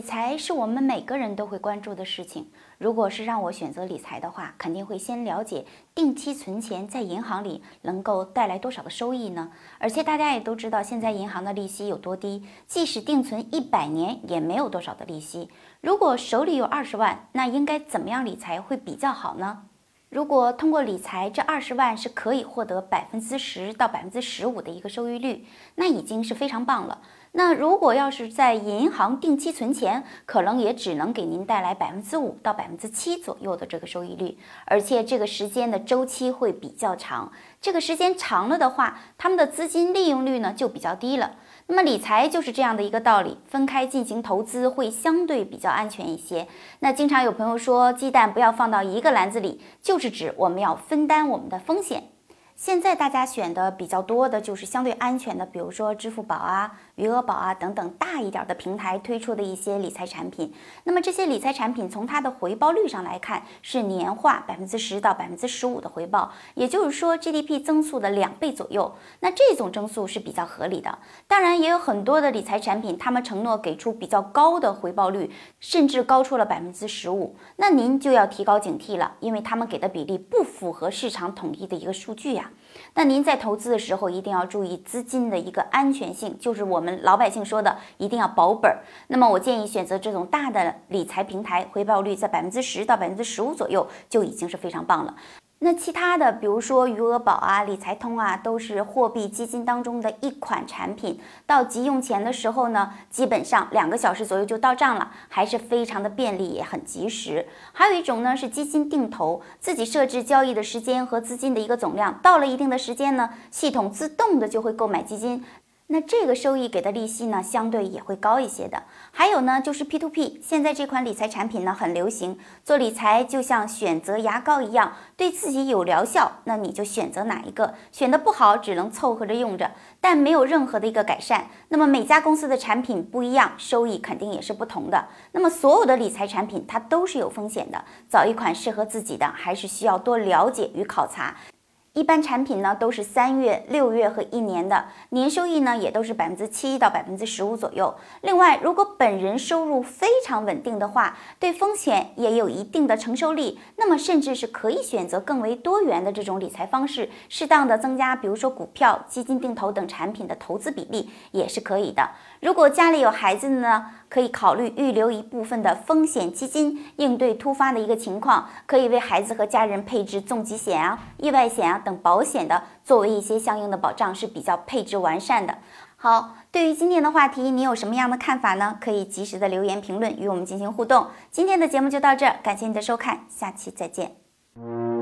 财是我们每个人都会关注的事情。如果是让我选择理财的话，肯定会先了解定期存钱在银行里能够带来多少的收益呢？而且大家也都知道，现在银行的利息有多低，即使定存100年也没有多少的利息。如果手里有20万，那应该怎么样理财会比较好呢？如果通过理财，这20万是可以获得10%到15%的一个收益率，那已经是非常棒了。那如果要是在银行定期存钱，可能也只能给您带来5%到7%左右的这个收益率，而且这个时间的周期会比较长。这个时间长了的话，他们的资金利用率呢就比较低了。那么理财就是这样的一个道理，分开进行投资会相对比较安全一些。那经常有朋友说，鸡蛋不要放到一个篮子里，就是指我们要分担我们的风险。现在大家选的比较多的就是相对安全的，比如说支付宝啊、余额宝啊等等大一点的平台推出的一些理财产品。那么这些理财产品从它的回报率上来看，是年化10%到15%的回报，也就是说 GDP 增速的2倍左右。那这种增速是比较合理的。当然也有很多的理财产品，他们承诺给出比较高的回报率，甚至高出了15%。那您就要提高警惕了，因为他们给的比例不符合市场统一的一个数据呀。那您在投资的时候一定要注意资金的一个安全性，就是我们老百姓说的一定要保本。那么我建议选择这种大的理财平台，回报率在10%到15%左右就已经是非常棒了。那其他的，比如说余额宝啊、理财通啊，都是货币基金当中的一款产品。到急用钱的时候呢，基本上2个小时左右就到账了，还是非常的便利，也很及时。还有一种呢是基金定投，自己设置交易的时间和资金的一个总量，到了一定的时间呢，系统自动的就会购买基金。那这个收益给的利息呢，相对也会高一些的。还有呢，就是 P2P， 现在这款理财产品呢很流行。做理财就像选择牙膏一样，对自己有疗效，那你就选择哪一个，选的不好只能凑合着用着，但没有任何的一个改善。那么每家公司的产品不一样，收益肯定也是不同的。那么所有的理财产品它都是有风险的，找一款适合自己的，还是需要多了解与考察。一般产品呢都是3月、6月和1年的，年收益呢也都是7%到15%左右。另外，如果本人收入非常稳定的话，对风险也有一定的承受力，那么甚至是可以选择更为多元的这种理财方式，适当的增加，比如说股票、基金定投等产品的投资比例也是可以的。如果家里有孩子呢，可以考虑预留一部分的风险基金，应对突发的一个情况，可以为孩子和家人配置重疾险啊、意外险啊等保险的，作为一些相应的保障，是比较配置完善的。好，对于今天的话题，你有什么样的看法呢？可以及时的留言评论与我们进行互动。今天的节目就到这儿，感谢你的收看，下期再见。